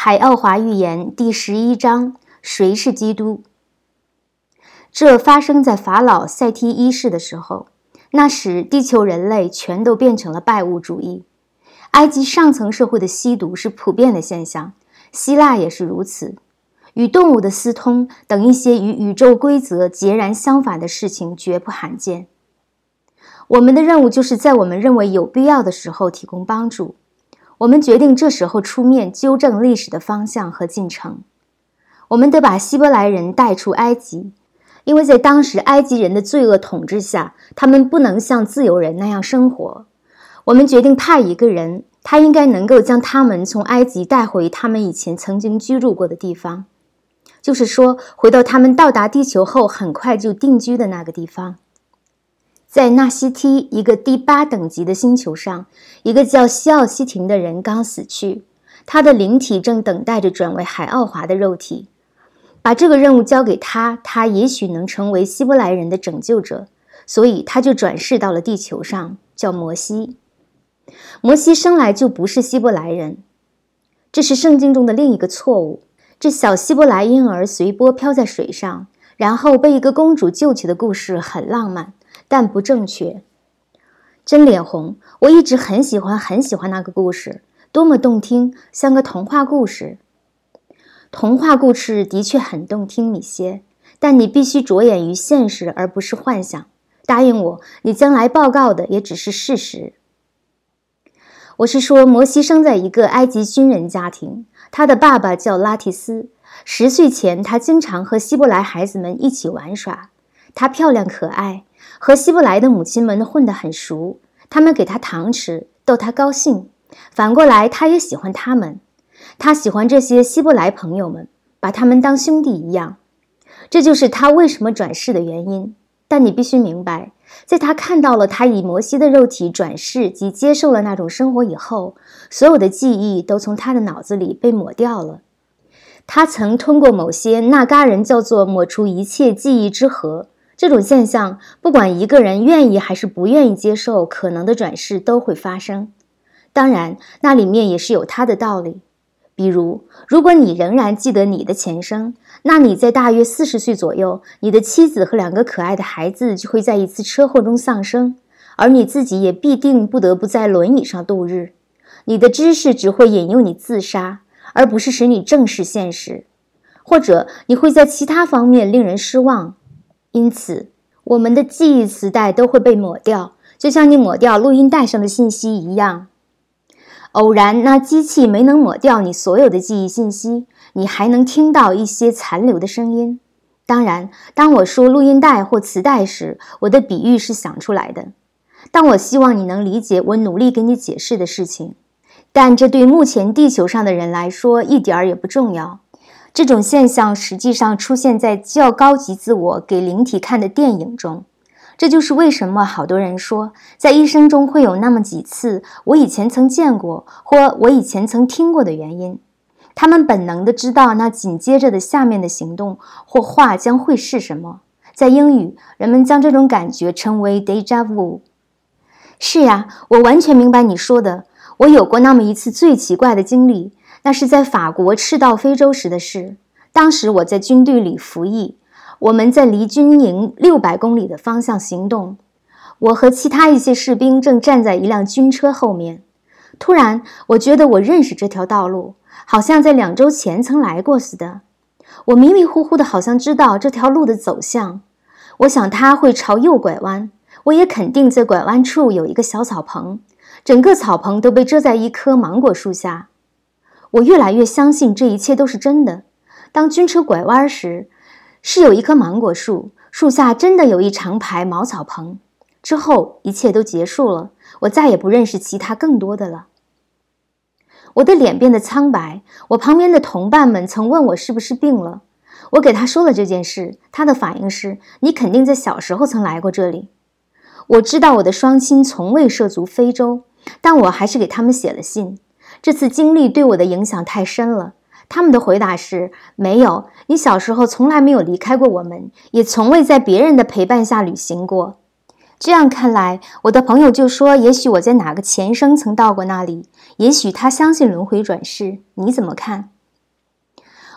海奥华预言第11章，谁是基督？这发生在法老塞梯一世的时候，那时地球人类全都变成了拜物主义。埃及上层社会的吸毒是普遍的现象，希腊也是如此。与动物的私通等一些与宇宙规则截然相反的事情绝不罕见。我们的任务就是在我们认为有必要的时候提供帮助。我们决定这时候出面纠正历史的方向和进程。我们得把希伯来人带出埃及，因为在当时埃及人的罪恶统治下，他们不能像自由人那样生活。我们决定派一个人，他应该能够将他们从埃及带回他们以前曾经居住过的地方，就是说回到他们到达地球后很快就定居的那个地方。在纳西梯，一个第8等级的星球上，一个叫西奥西廷的人刚死去，他的灵体正等待着转为海奥华的肉体。把这个任务交给他，他也许能成为希伯来人的拯救者，所以他就转世到了地球上，叫摩西。摩西生来就不是希伯来人，这是圣经中的另一个错误。这小希伯来婴儿随波飘在水上，然后被一个公主救起的故事很浪漫，但不正确。真脸红，我一直很喜欢那个故事，多么动听，像个童话故事。童话故事的确很动听，米歇，但你必须着眼于现实而不是幻想。答应我，你将来报告的也只是事实。我是说，摩西生在一个埃及军人家庭，他的爸爸叫拉提斯。10岁前，他经常和希伯来孩子们一起玩耍。他漂亮可爱，和希伯来的母亲们混得很熟，他们给他糖吃，逗他高兴。反过来，他也喜欢他们。他喜欢这些希伯来朋友们，把他们当兄弟一样。这就是他为什么转世的原因。但你必须明白，在他看到了他以摩西的肉体转世及接受了那种生活以后，所有的记忆都从他的脑子里被抹掉了。他曾通过某些纳嘎人叫做抹除一切记忆之河。这种现象，不管一个人愿意还是不愿意接受，可能的转世都会发生。当然，那里面也是有他的道理。比如，如果你仍然记得你的前生，那你在大约40岁左右，你的妻子和2个可爱的孩子就会在一次车祸中丧生，而你自己也必定不得不在轮椅上度日。你的知识只会引诱你自杀，而不是使你正视现实。或者你会在其他方面令人失望。因此，我们的记忆磁带都会被抹掉，就像你抹掉录音带上的信息一样。偶然，那机器没能抹掉你所有的记忆信息，你还能听到一些残留的声音。当然，当我说录音带或磁带时，我的比喻是想出来的。但我希望你能理解我努力给你解释的事情。但这对目前地球上的人来说一点儿也不重要。这种现象实际上出现在较高级自我给灵体看的电影中。这就是为什么好多人说，在一生中会有那么几次我以前曾见过或我以前曾听过的原因。他们本能地知道那紧接着的下面的行动或话将会是什么。在英语，人们将这种感觉称为 déjà vu。 是呀，我完全明白你说的。我有过那么一次最奇怪的经历，那是在法国赤道非洲时的事。当时我在军队里服役，我们在离军营600公里的方向行动。我和其他一些士兵正站在一辆军车后面。突然，我觉得我认识这条道路，好像在2周前曾来过似的。我迷迷糊糊的好像知道这条路的走向。我想它会朝右拐弯，我也肯定在拐弯处有一个小草棚，整个草棚都被遮在一棵芒果树下。我越来越相信这一切都是真的。当军车拐弯时，是有一棵芒果树，树下真的有一长排茅草棚。之后一切都结束了，我再也不认识其他更多的了。我的脸变得苍白，我旁边的同伴们曾问我是不是病了。我给他说了这件事，他的反应是，你肯定在小时候曾来过这里。我知道我的双亲从未涉足非洲，但我还是给他们写了信。这次经历对我的影响太深了。他们的回答是，没有，你小时候从来没有离开过我们，也从未在别人的陪伴下旅行过。这样看来，我的朋友就说，也许我在哪个前生曾到过那里，也许他相信轮回转世。你怎么看？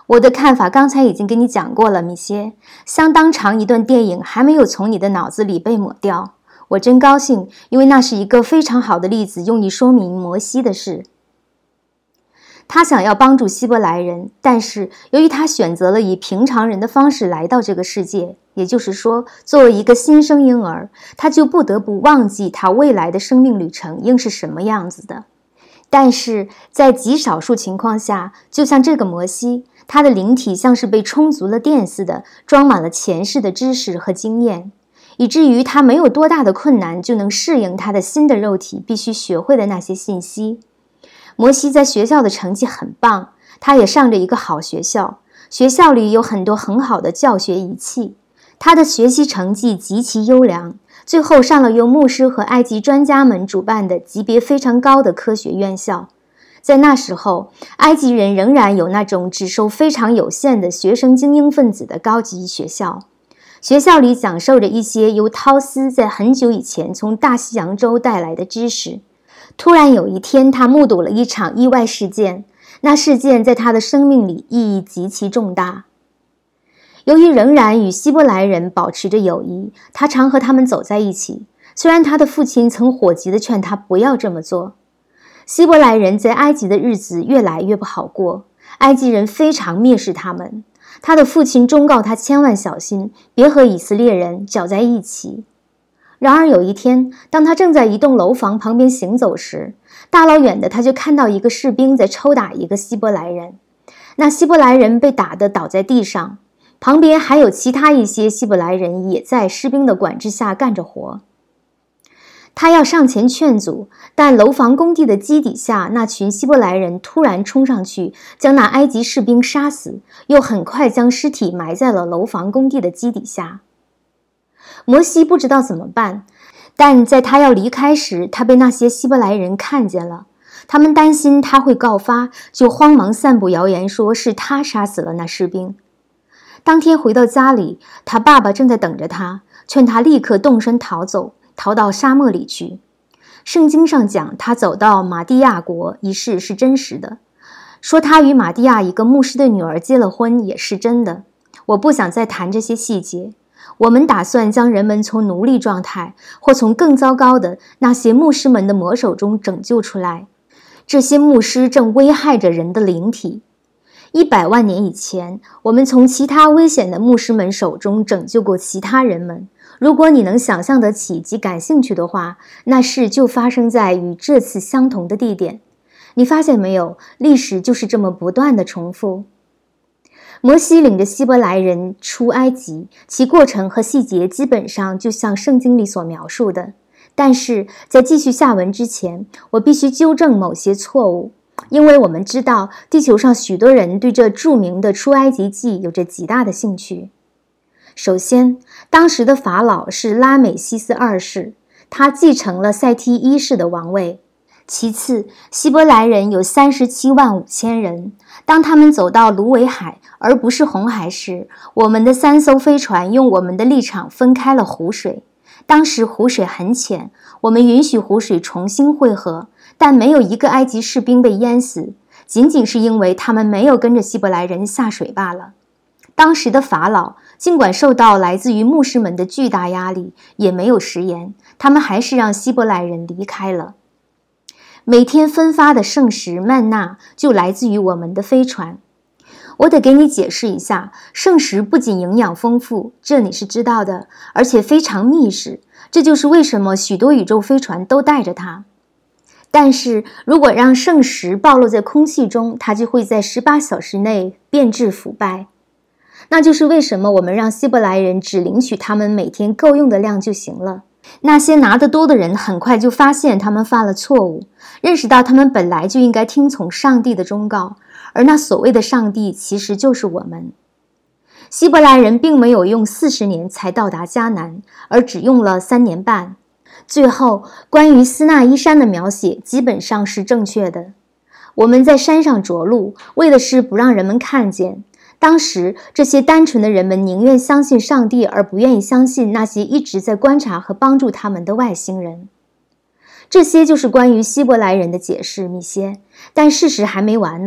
我的看法刚才已经跟你讲过了，米歇。相当长一段电影还没有从你的脑子里被抹掉。我真高兴，因为那是一个非常好的例子，用以说明摩西的事。他想要帮助希伯来人，但是由于他选择了以平常人的方式来到这个世界，也就是说，作为一个新生婴儿，他就不得不忘记他未来的生命旅程应是什么样子的。但是在极少数情况下，就像这个摩西，他的灵体像是被充足了电似的，装满了前世的知识和经验，以至于他没有多大的困难就能适应他的新的肉体必须学会的那些信息。摩西在学校的成绩很棒，他也上着一个好学校，学校里有很多很好的教学仪器，他的学习成绩极其优良，最后上了由牧师和埃及专家们主办的级别非常高的科学院校。在那时候，埃及人仍然有那种只收非常有限的学生精英分子的高级学校，学校里讲授着一些由涛斯在很久以前从大西洋洲带来的知识。突然有一天，他目睹了一场意外事件，那事件在他的生命里意义极其重大。由于仍然与希伯来人保持着友谊，他常和他们走在一起，虽然他的父亲曾火急地劝他不要这么做。希伯来人在埃及的日子越来越不好过，埃及人非常蔑视他们。他的父亲忠告他千万小心，别和以色列人搅在一起。然而有一天，当他正在一栋楼房旁边行走时，大老远的他就看到一个士兵在抽打一个希伯来人。那希伯来人被打得倒在地上，旁边还有其他一些希伯来人也在士兵的管制下干着活。他要上前劝阻，但楼房工地的基底下那群希伯来人突然冲上去，将那埃及士兵杀死，又很快将尸体埋在了楼房工地的基底下。摩西不知道怎么办，但在他要离开时，他被那些希伯来人看见了。他们担心他会告发，就慌忙散布谣言，说是他杀死了那士兵。当天回到家里，他爸爸正在等着他，劝他立刻动身逃走，逃到沙漠里去。圣经上讲，他走到马地亚国一事是真实的，说他与马地亚一个牧师的女儿结了婚也是真的。我不想再谈这些细节。我们打算将人们从奴隶状态，或从更糟糕的那些牧师们的魔手中拯救出来。这些牧师正危害着人的灵体。100万年以前，我们从其他危险的牧师们手中拯救过其他人们。如果你能想象得起及感兴趣的话，那事就发生在与这次相同的地点。你发现没有，历史就是这么不断的重复。摩西领着希伯来人出埃及，其过程和细节基本上就像圣经里所描述的。但是在继续下文之前，我必须纠正某些错误，因为我们知道地球上许多人对这著名的出埃及记有着极大的兴趣。首先，当时的法老是拉美西斯2世，他继承了塞梯1世的王位。其次，希伯来人有37万5千人。当他们走到芦苇海而不是红海时，我们的3艘飞船用我们的立场分开了湖水。当时湖水很浅，我们允许湖水重新汇合，但没有一个埃及士兵被淹死，仅仅是因为他们没有跟着希伯来人下水罢了。当时的法老尽管受到来自于牧师们的巨大压力，也没有食言，他们还是让希伯来人离开了。每天分发的圣食曼纳就来自于我们的飞船。我得给你解释一下，圣食不仅营养丰富，这你是知道的，而且非常密实，这就是为什么许多宇宙飞船都带着它。但是如果让圣食暴露在空气中，它就会在18小时内变质腐败。那就是为什么我们让希伯来人只领取他们每天够用的量就行了。那些拿得多的人很快就发现他们犯了错误，认识到他们本来就应该听从上帝的忠告，而那所谓的上帝其实就是我们。希伯来人并没有用40年才到达迦南，而只用了3年半。最后，关于斯纳伊山的描写基本上是正确的。我们在山上着陆，为的是不让人们看见。当时这些单纯的人们宁愿相信上帝，而不愿意相信那些一直在观察和帮助他们的外星人。这些就是关于希伯来人的解释，米歇。但事实还没完呢。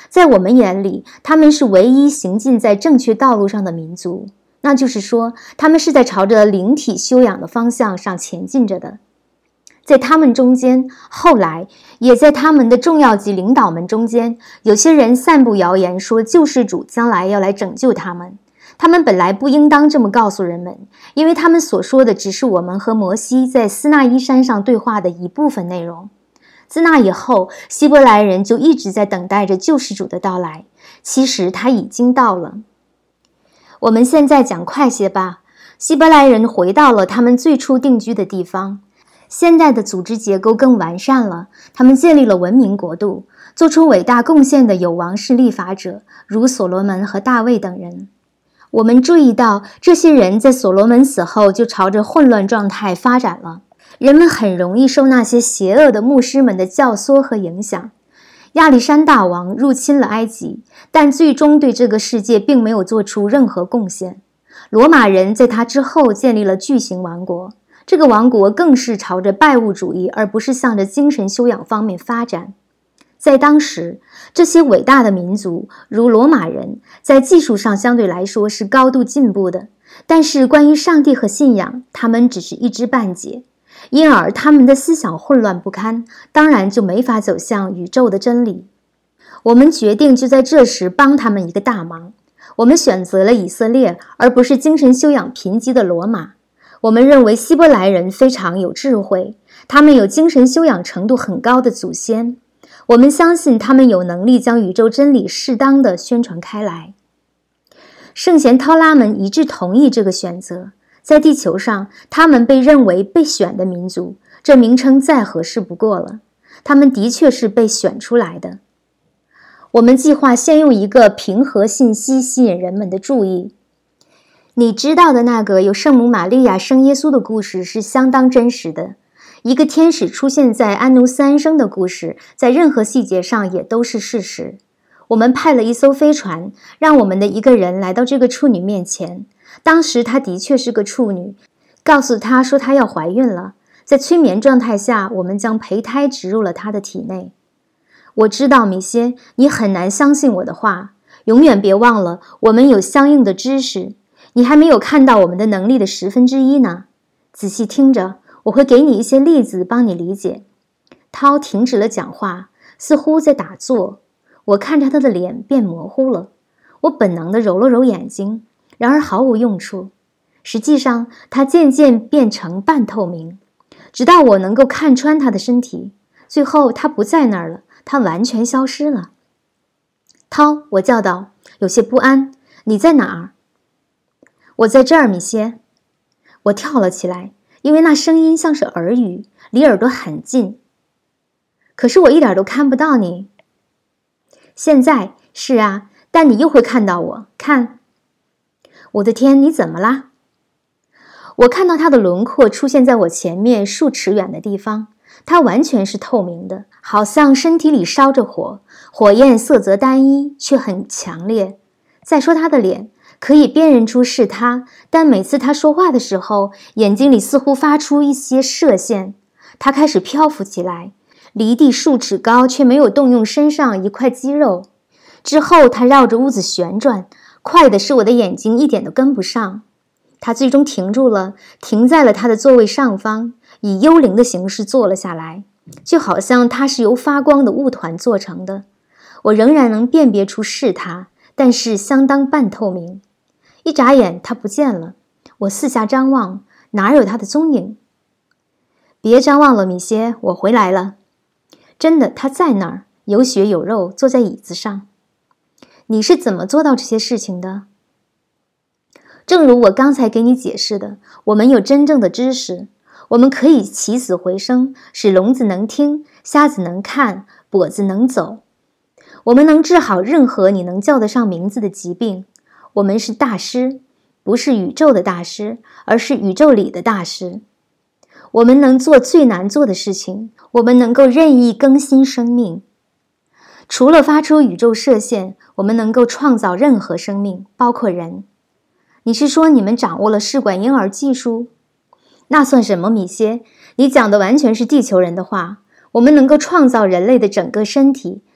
在我们眼里，他们是唯一行进在正确道路上的民族，那就是说，他们是在朝着灵体修养的方向上前进着的。在他们中间，后来也在他们的重要级领导们中间，有些人散布谣言说救世主将来要来拯救他们。他们本来不应当这么告诉人们，因为他们所说的只是我们和摩西在斯纳伊山上对话的一部分内容。自那以后，希伯来人就一直在等待着救世主的到来，其实他已经到了。我们现在讲快些吧。希伯来人回到了他们最初定居的地方，现代的组织结构更完善了，他们建立了文明国度，做出伟大贡献的有王室立法者，如所罗门和大卫等人。我们注意到，这些人在所罗门死后就朝着混乱状态发展了。人们很容易受那些邪恶的牧师们的教唆和影响。亚历山大王入侵了埃及，但最终对这个世界并没有做出任何贡献。罗马人在他之后建立了巨型王国，这个王国更是朝着拜物主义而不是向着精神修养方面发展。在当时，这些伟大的民族，如罗马人，在技术上相对来说是高度进步的，但是关于上帝和信仰，他们只是一知半解，因而他们的思想混乱不堪，当然就没法走向宇宙的真理。我们决定就在这时帮他们一个大忙，我们选择了以色列，而不是精神修养贫瘠的罗马。我们认为希伯来人非常有智慧，他们有精神修养程度很高的祖先。我们相信他们有能力将宇宙真理适当地宣传开来。圣贤涛拉们一致同意这个选择，在地球上，他们被认为被选的民族，这名称再合适不过了。他们的确是被选出来的。我们计划先用一个平和信息吸引人们的注意。你知道的那个由圣母玛利亚生耶稣的故事是相当真实的。一个天使出现在安努斯安生的故事，在任何细节上也都是事实。我们派了一艘飞船，让我们的一个人来到这个处女面前。当时她的确是个处女，告诉她说她要怀孕了。在催眠状态下，我们将胚胎植入了她的体内。我知道，米歇，你很难相信我的话。永远别忘了，我们有相应的知识。你还没有看到我们的能力的1/10呢。仔细听着。我会给你一些例子帮你理解。涛停止了讲话，似乎在打坐。我看着他的脸变模糊了，我本能地揉了揉眼睛，然而毫无用处。实际上，他渐渐变成半透明，直到我能够看穿他的身体。最后，他不在那儿了，他完全消失了。涛，我叫道，有些不安。你在哪儿？我在这儿，米歇。我跳了起来。因为那声音像是耳语，离耳朵很近。可是我一点都看不到你。现在，是啊，但你又会看到我。看，我的天，你怎么啦？我看到他的轮廓出现在我前面数尺远的地方，它完全是透明的，好像身体里烧着火，火焰色泽单一，却很强烈。再说他的脸。可以辨认出是他，但每次他说话的时候，眼睛里似乎发出一些射线。他开始漂浮起来，离地数尺高，却没有动用身上一块肌肉。之后他绕着屋子旋转，快的是我的眼睛一点都跟不上。他最终停住了，停在了他的座位上方，以幽灵的形式坐了下来，就好像他是由发光的雾团做成的。我仍然能辨别出是他，但是相当半透明。一眨眼，他不见了。我四下张望，哪有他的踪影？别张望了，米歇，我回来了。真的，他在那儿，有血有肉，坐在椅子上。你是怎么做到这些事情的？正如我刚才给你解释的，我们有真正的知识，我们可以起死回生，使聋子能听，瞎子能看，跛子能走。我们能治好任何你能叫得上名字的疾病。我们是大师，不是宇宙的大师，而是宇宙里的大师。我们能做最难做的事情，我们能够任意更新生命。除了发出宇宙射线，我们能够创造任何生命，包括人。你是说你们掌握了试管婴儿技术？那算什么，米歇？你讲的完全是地球人的话。我们能够创造人类的整个身体，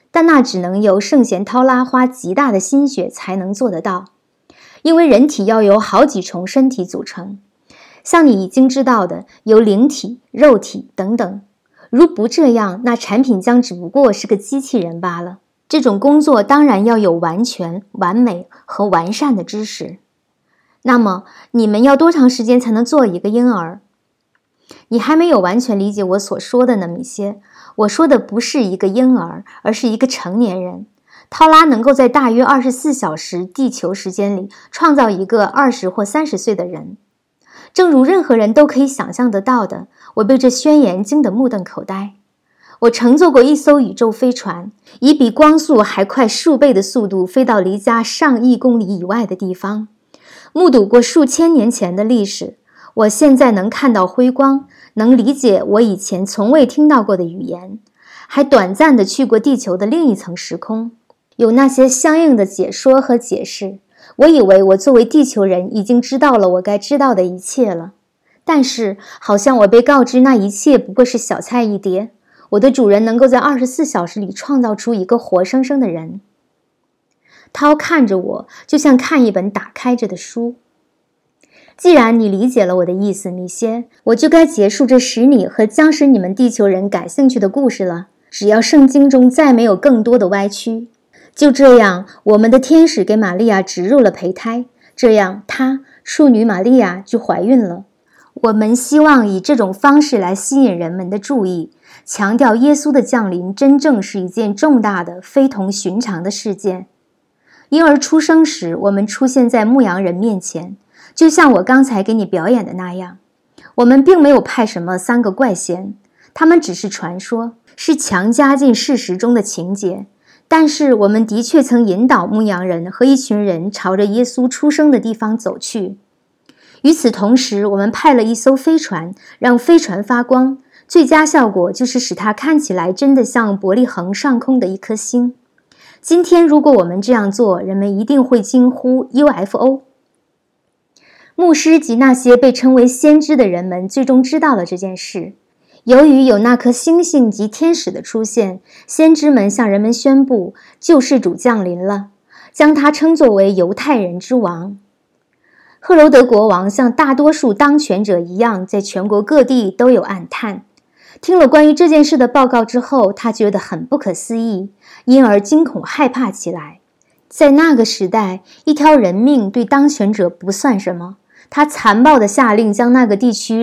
但那只能由圣贤涛拉花极大的心血才能做得到，因为人体要由好几重身体组成，像你已经知道的，有灵体、肉体等等。如不这样，那产品将只不过是个机器人罢了。这种工作当然要有完全、完美和完善的知识。那么，你们要多长时间才能做一个婴儿？你还没有完全理解我所说的呢，米歇。我说的不是一个婴儿，而是一个成年人。涛拉能够在大约24小时地球时间里创造一个20或30岁的人。正如任何人都可以想象得到的，我被这宣言惊得目瞪口呆。我乘坐过一艘宇宙飞船，以比光速还快数倍的速度飞到离家上亿公里以外的地方，目睹过数千年前的历史。我现在能看到辉光，能理解我以前从未听到过的语言，还短暂地去过地球的另一层时空，有那些相应的解说和解释。我以为我作为地球人已经知道了我该知道的一切了，但是好像我被告知那一切不过是小菜一碟。我的主人能够在24小时里创造出一个活生生的人。涛看着我，就像看一本打开着的书。既然你理解了我的意思，米歇，我就该结束这使你和将使你们地球人感兴趣的故事了。只要圣经中再没有更多的歪曲。就这样，我们的天使给玛利亚植入了胚胎，这样她，处女玛利亚就怀孕了。我们希望以这种方式来吸引人们的注意，强调耶稣的降临真正是一件重大的、非同寻常的事件。婴儿出生时，我们出现在牧羊人面前，就像我刚才给你表演的那样。我们并没有派什么3个怪仙，他们只是传说，是强加进事实中的情节。但是我们的确曾引导牧羊人和一群人朝着耶稣出生的地方走去。与此同时，我们派了一艘飞船，让飞船发光，最佳效果就是使它看起来真的像伯利恒上空的一颗星。今天如果我们这样做，人们一定会惊呼 UFO。 牧师及那些被称为先知的人们最终知道了这件事。由于有那颗星星及天使的出现，先知们向人们宣布救世主降临了，将他称作为犹太人之王。赫罗德国王像大多数当权者一样，在全国各地都有暗探。听了关于这件事的报告之后，他觉得很不可思议，因而惊恐害怕起来。在那个时代，一条人命对当权者不算什么。他残暴地下令将那个地区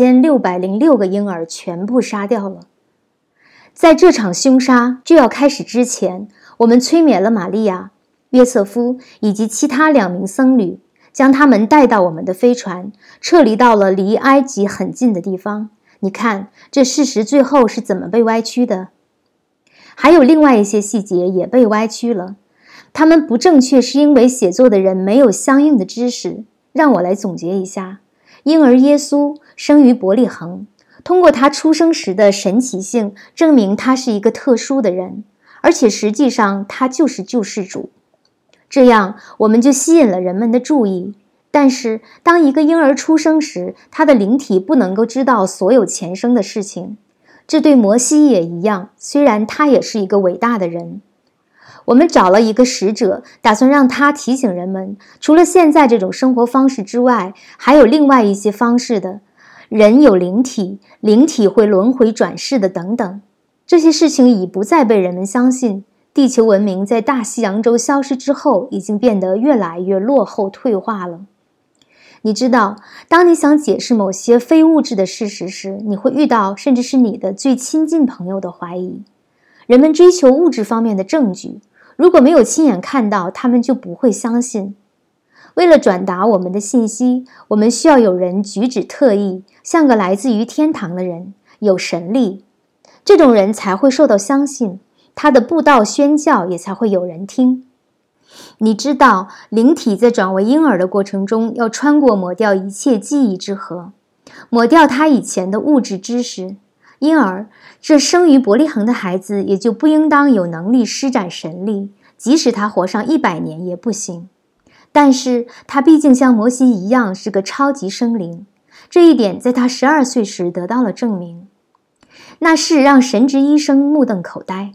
2606个婴儿全部杀掉了。在这场凶杀就要开始之前，我们催眠了玛利亚、约瑟夫以及其他2名僧侣，将他们带到我们的飞船，撤离到了离埃及很近的地方。你看，这事实最后是怎么被歪曲的？还有另外一些细节也被歪曲了，他们不正确是因为写作的人没有相应的知识。让我来总结一下，婴儿耶稣生于伯利恒，通过他出生时的神奇性证明他是一个特殊的人，而且实际上他就是救世主。这样我们就吸引了人们的注意。但是当一个婴儿出生时，他的灵体不能够知道所有前生的事情。这对摩西也一样，虽然他也是一个伟大的人。我们找了一个使者，打算让他提醒人们，除了现在这种生活方式之外，还有另外一些方式的。人有灵体，灵体会轮回转世的等等。这些事情已不再被人们相信。地球文明在大西洋洲消失之后，已经变得越来越落后退化了。你知道，当你想解释某些非物质的事实时，你会遇到甚至是你的最亲近朋友的怀疑。人们追求物质方面的证据，如果没有亲眼看到，他们就不会相信。为了转达我们的信息，我们需要有人举止特异，像个来自于天堂的人，有神力。这种人才会受到相信，他的布道宣教也才会有人听。你知道，灵体在转为婴儿的过程中，要穿过抹掉一切记忆之河，抹掉他以前的物质知识。因而，这生于伯利恒的孩子也就不应当有能力施展神力，即使他活上100年也不行。但是他毕竟像摩西一样是个超级生灵，这一点在他12岁时得到了证明。那事让神职医生目瞪口呆。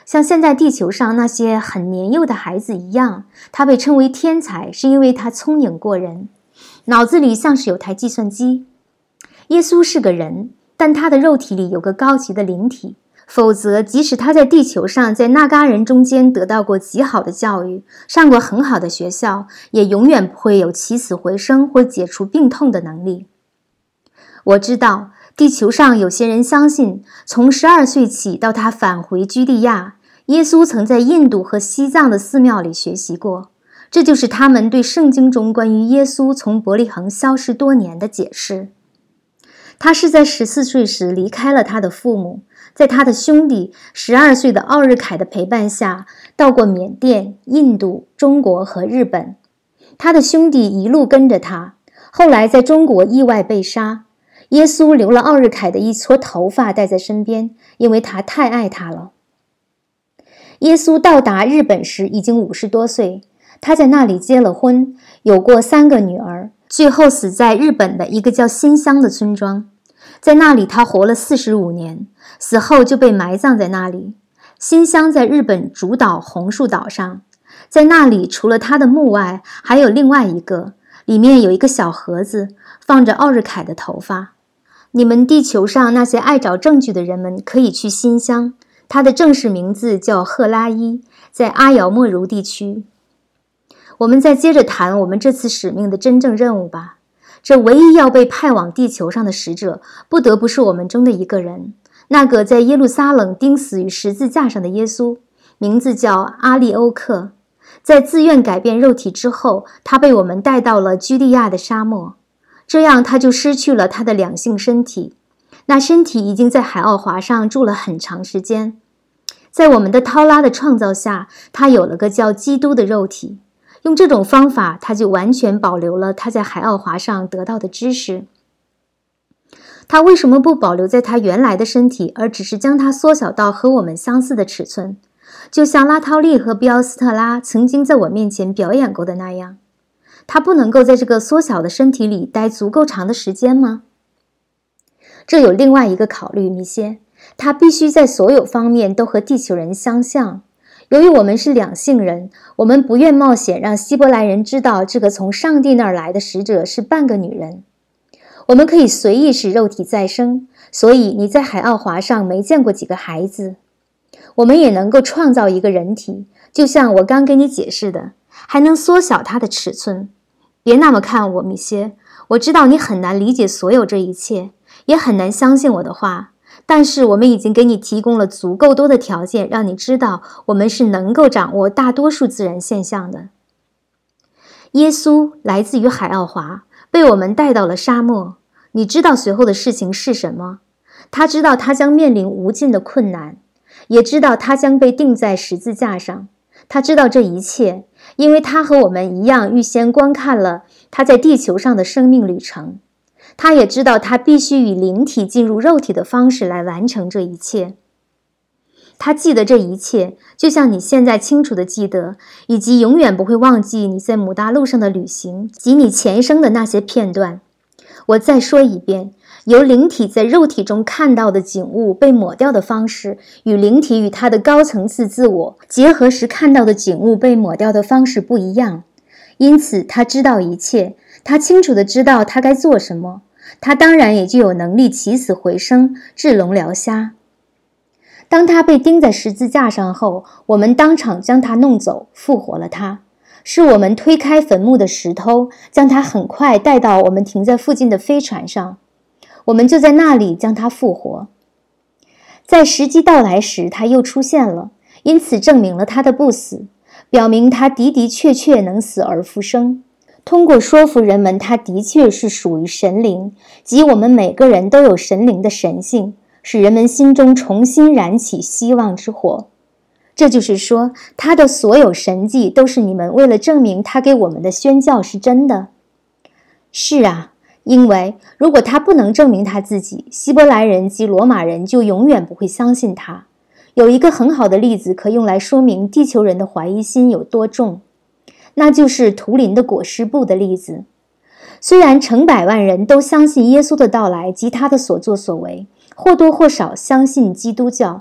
像现在地球上那些很年幼的孩子一样，他被称为天才，是因为他聪颖过人，脑子里像是有台计算机。耶稣是个人，但他的肉体里有个高级的灵体，否则即使他在地球上在纳嘎人中间得到过极好的教育，上过很好的学校，也永远不会有起死回生或解除病痛的能力。我知道地球上有些人相信，从12岁起到他返回居地亚，耶稣曾在印度和西藏的寺庙里学习过，这就是他们对圣经中关于耶稣从伯利恒消失多年的解释。他是在14岁时离开了他的父母，在他的兄弟12岁的奥日凯的陪伴下，到过缅甸、印度、中国和日本。他的兄弟一路跟着他，后来在中国意外被杀。耶稣留了奥日凯的一撮头发带在身边，因为他太爱他了。耶稣到达日本时已经50多岁，他在那里结了婚，有过3个女儿，最后死在日本的一个叫新乡的村庄。在那里他活了45年，死后就被埋葬在那里。新乡在日本主岛红树岛上，在那里除了他的墓外，还有另外一个，里面有一个小盒子，放着奥日凯的头发。你们地球上那些爱找证据的人们可以去新乡，它的正式名字叫赫拉伊，在阿姚莫如地区。我们再接着谈我们这次使命的真正任务吧。这唯一要被派往地球上的使者，不得不是我们中的一个人，那个在耶路撒冷钉死于十字架上的耶稣，名字叫阿利欧克。在自愿改变肉体之后，他被我们带到了居利亚的沙漠，这样他就失去了他的两性身体。那身体已经在海奥华上住了很长时间，在我们的涛拉的创造下，他有了个叫基督的肉体。用这种方法，他就完全保留了他在海奥华上得到的知识。他为什么不保留在他原来的身体，而只是将它缩小到和我们相似的尺寸，就像拉涛利和比奥斯特拉曾经在我面前表演过的那样？他不能够在这个缩小的身体里待足够长的时间吗？这有另外一个考虑，米歇，他必须在所有方面都和地球人相像。由于我们是两性人，我们不愿冒险让希伯来人知道这个从上帝那儿来的使者是半个女人。我们可以随意使肉体再生，所以你在海奥华上没见过几个孩子。我们也能够创造一个人体，就像我刚给你解释的，还能缩小它的尺寸。别那么看我，米歇，我知道你很难理解所有这一切，也很难相信我的话，但是我们已经给你提供了足够多的条件，让你知道我们是能够掌握大多数自然现象的。耶稣来自于海奥华，被我们带到了沙漠。你知道随后的事情是什么？他知道他将面临无尽的困难，也知道他将被钉在十字架上。他知道这一切，因为他和我们一样预先观看了他在地球上的生命旅程。他也知道他必须以灵体进入肉体的方式来完成这一切。他记得这一切，就像你现在清楚地记得，以及永远不会忘记你在姆大陆上的旅行及你前生的那些片段。我再说一遍，由灵体在肉体中看到的景物被抹掉的方式，与灵体与它的高层次自我结合时看到的景物被抹掉的方式不一样。因此他知道一切，他清楚地知道他该做什么，他当然也就有能力起死回生，治聋疗瞎。当他被钉在十字架上后，我们当场将他弄走，复活了他。是我们推开坟墓的石头，将他很快带到我们停在附近的飞船上，我们就在那里将他复活。在时机到来时，他又出现了，因此证明了他的不死，表明他的的确确能死而复生。通过说服人们他的确是属于神灵，即我们每个人都有神灵的神性，使人们心中重新燃起希望之火。这就是说，他的所有神迹都是你们为了证明他给我们的宣教是真的。是啊，因为如果他不能证明他自己，希伯来人及罗马人就永远不会相信他。有一个很好的例子可用来说明地球人的怀疑心有多重，那就是图林的裹尸布的例子。虽然成百万人都相信耶稣的到来及他的所作所为，或多或少相信基督教，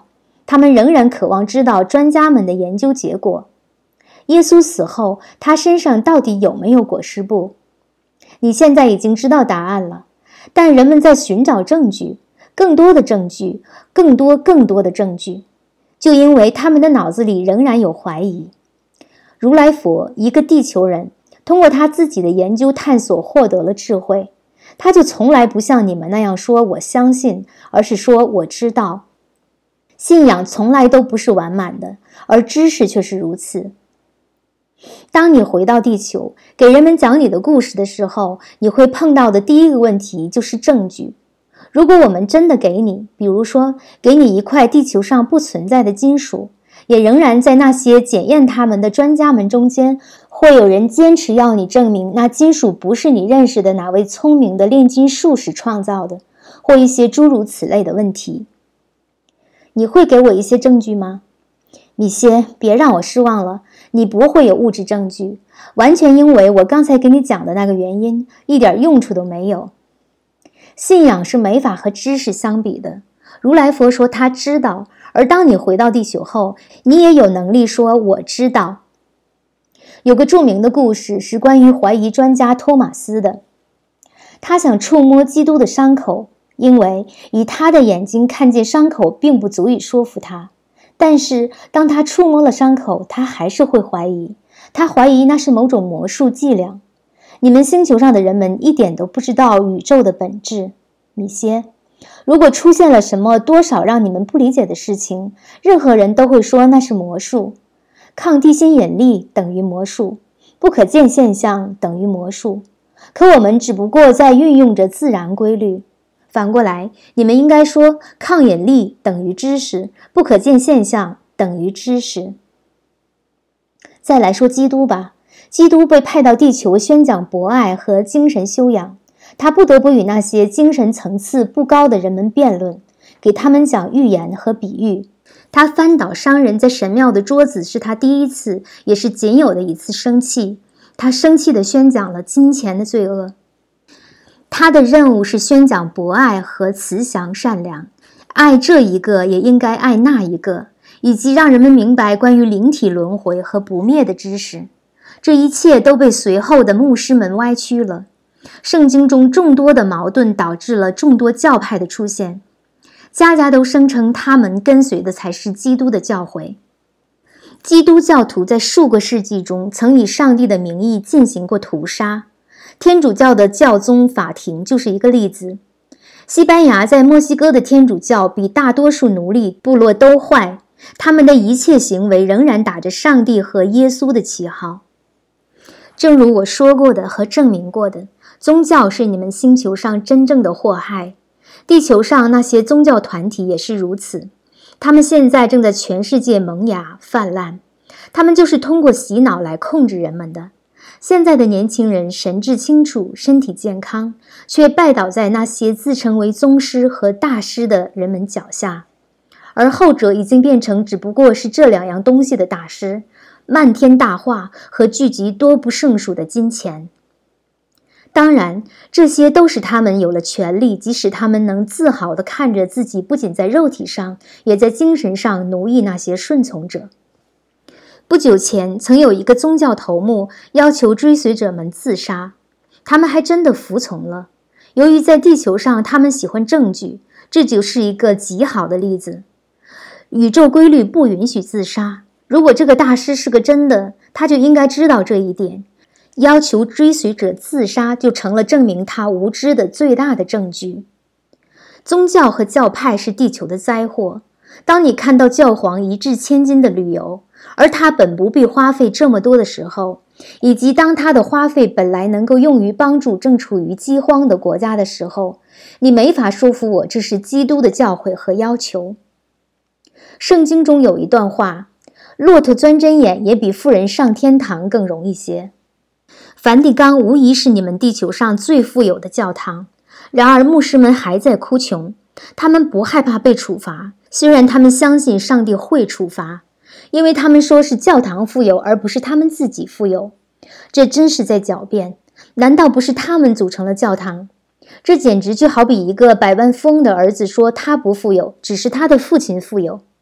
他们仍然渴望知道专家们的研究结果。耶稣死后，他身上到底有没有裹尸布？你现在已经知道答案了，但人们在寻找证据，更多的证据，更多的证据，就因为他们的脑子里仍然有怀疑。如来佛，一个地球人，通过他自己的研究探索获得了智慧，他就从来不像你们那样说我相信，而是说我知道。信仰从来都不是完满的，而知识却是如此。当你回到地球，给人们讲你的故事的时候，你会碰到的第一个问题就是证据。如果我们真的给你，比如说给你一块地球上不存在的金属，也仍然在那些检验它们的专家们中间，会有人坚持要你证明那金属不是你认识的哪位聪明的炼金术士创造的，或一些诸如此类的问题。你会给我一些证据吗？米歇，别让我失望了，你不会有物质证据，完全因为我刚才给你讲的那个原因，一点用处都没有。信仰是没法和知识相比的。如来佛说他知道，而当你回到地球后，你也有能力说我知道。有个著名的故事是关于怀疑专家托马斯的。他想触摸基督的伤口，因为以他的眼睛看见伤口并不足以说服他。但是当他触摸了伤口，他还是会怀疑，他怀疑那是某种魔术伎俩。你们星球上的人们一点都不知道宇宙的本质，米歇。如果出现了什么多少让你们不理解的事情，任何人都会说那是魔术。抗地心引力等于魔术，不可见现象等于魔术。可我们只不过在运用着自然规律。反过来，你们应该说抗引力等于知识，不可见现象等于知识。再来说基督吧，基督被派到地球宣讲博爱和精神修养，他不得不与那些精神层次不高的人们辩论，给他们讲寓言和比喻。他翻倒商人在神庙的桌子是他第一次，也是仅有的一次生气。他生气地宣讲了金钱的罪恶。他的任务是宣讲博爱和慈祥善良，爱这一个也应该爱那一个，以及让人们明白关于灵体轮回和不灭的知识。这一切都被随后的牧师们歪曲了。圣经中众多的矛盾导致了众多教派的出现，家家都声称他们跟随的才是基督的教诲。基督教徒在数个世纪中曾以上帝的名义进行过屠杀，天主教的教宗法庭就是一个例子。西班牙在墨西哥的天主教比大多数奴隶部落都坏，他们的一切行为仍然打着上帝和耶稣的旗号。正如我说过的和证明过的，宗教是你们星球上真正的祸害。地球上那些宗教团体也是如此，他们现在正在全世界萌芽泛滥，他们就是通过洗脑来控制人们的。现在的年轻人神志清楚，身体健康，却拜倒在那些自称为宗师和大师的人们脚下，而后者已经变成只不过是这两样东西的大师，漫天大话和聚集多不胜数的金钱。当然，这些都使他们有了权利，即使他们能自豪地看着自己不仅在肉体上，也在精神上奴役那些顺从者。不久前，曾有一个宗教头目要求追随者们自杀，他们还真的服从了。由于在地球上他们喜欢证据，这就是一个极好的例子。宇宙规律不允许自杀，如果这个大师是个真的，他就应该知道这一点。要求追随者自杀就成了证明他无知的最大的证据。宗教和教派是地球的灾祸。当你看到教皇一掷千金的旅游，而他本不必花费这么多的时候，以及当他的花费本来能够用于帮助正处于饥荒的国家的时候，你没法说服我这是基督的教诲和要求。圣经中有一段话，骆驼钻针眼也比富人上天堂更容易些。梵蒂冈无疑是你们地球上最富有的教堂，然而牧师们还在哭穷，他们不害怕被处罚，虽然他们相信上帝会处罚，因为他们说是教堂富有，而不是他们自己富有。这真是在狡辩，难道不是他们组成了教堂？这简直就好比一个百万富翁的儿子说他不富有，只是他的父亲富有。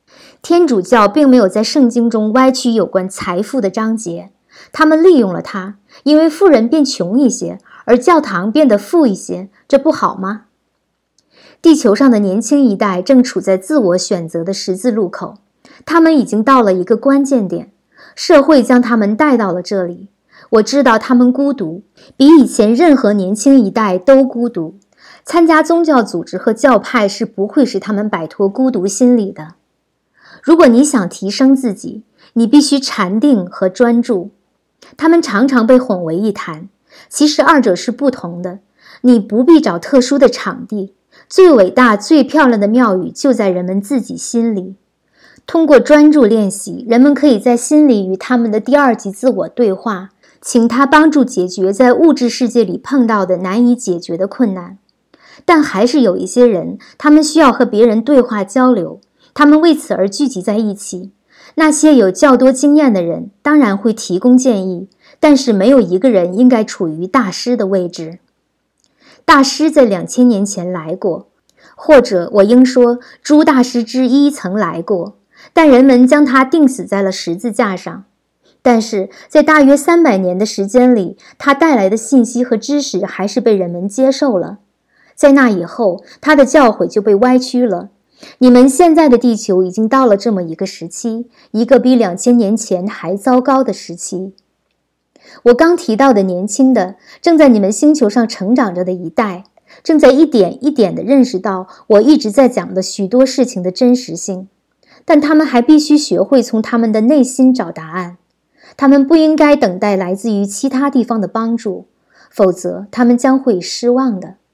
天主教并没有在圣经中歪曲有关财富的章节，他们利用了它，因为富人变穷一些，而教堂变得富一些，这不好吗？地球上的年轻一代正处在自我选择的十字路口，他们已经到了一个关键点，社会将他们带到了这里。我知道他们孤独，比以前任何年轻一代都孤独。参加宗教组织和教派是不会使他们摆脱孤独心理的。如果你想提升自己，你必须禅定和专注。他们常常被混为一谈，其实二者是不同的。你不必找特殊的场地，最伟大、最漂亮的庙宇就在人们自己心里。通过专注练习，人们可以在心里与他们的第二级自我对话，请他帮助解决在物质世界里碰到的难以解决的困难。但还是有一些人，他们需要和别人对话交流，他们为此而聚集在一起。那些有较多经验的人当然会提供建议，但是没有一个人应该处于大师的位置。大师在2000年前来过，或者我应说诸大师之一曾来过，但人们将他钉死在了十字架上。但是在大约300年的时间里，他带来的信息和知识还是被人们接受了。在那以后，他的教诲就被歪曲了。你们现在的地球已经到了这么一个时期，一个比2000年前还糟糕的时期。我刚提到的年轻的，正在你们星球上成长着的一代，正在一点一点地认识到我一直在讲的许多事情的真实性，但他们还必须学会从他们的内心找答案。他们不应该等待来自于其他地方的帮助，否则他们将会失望的。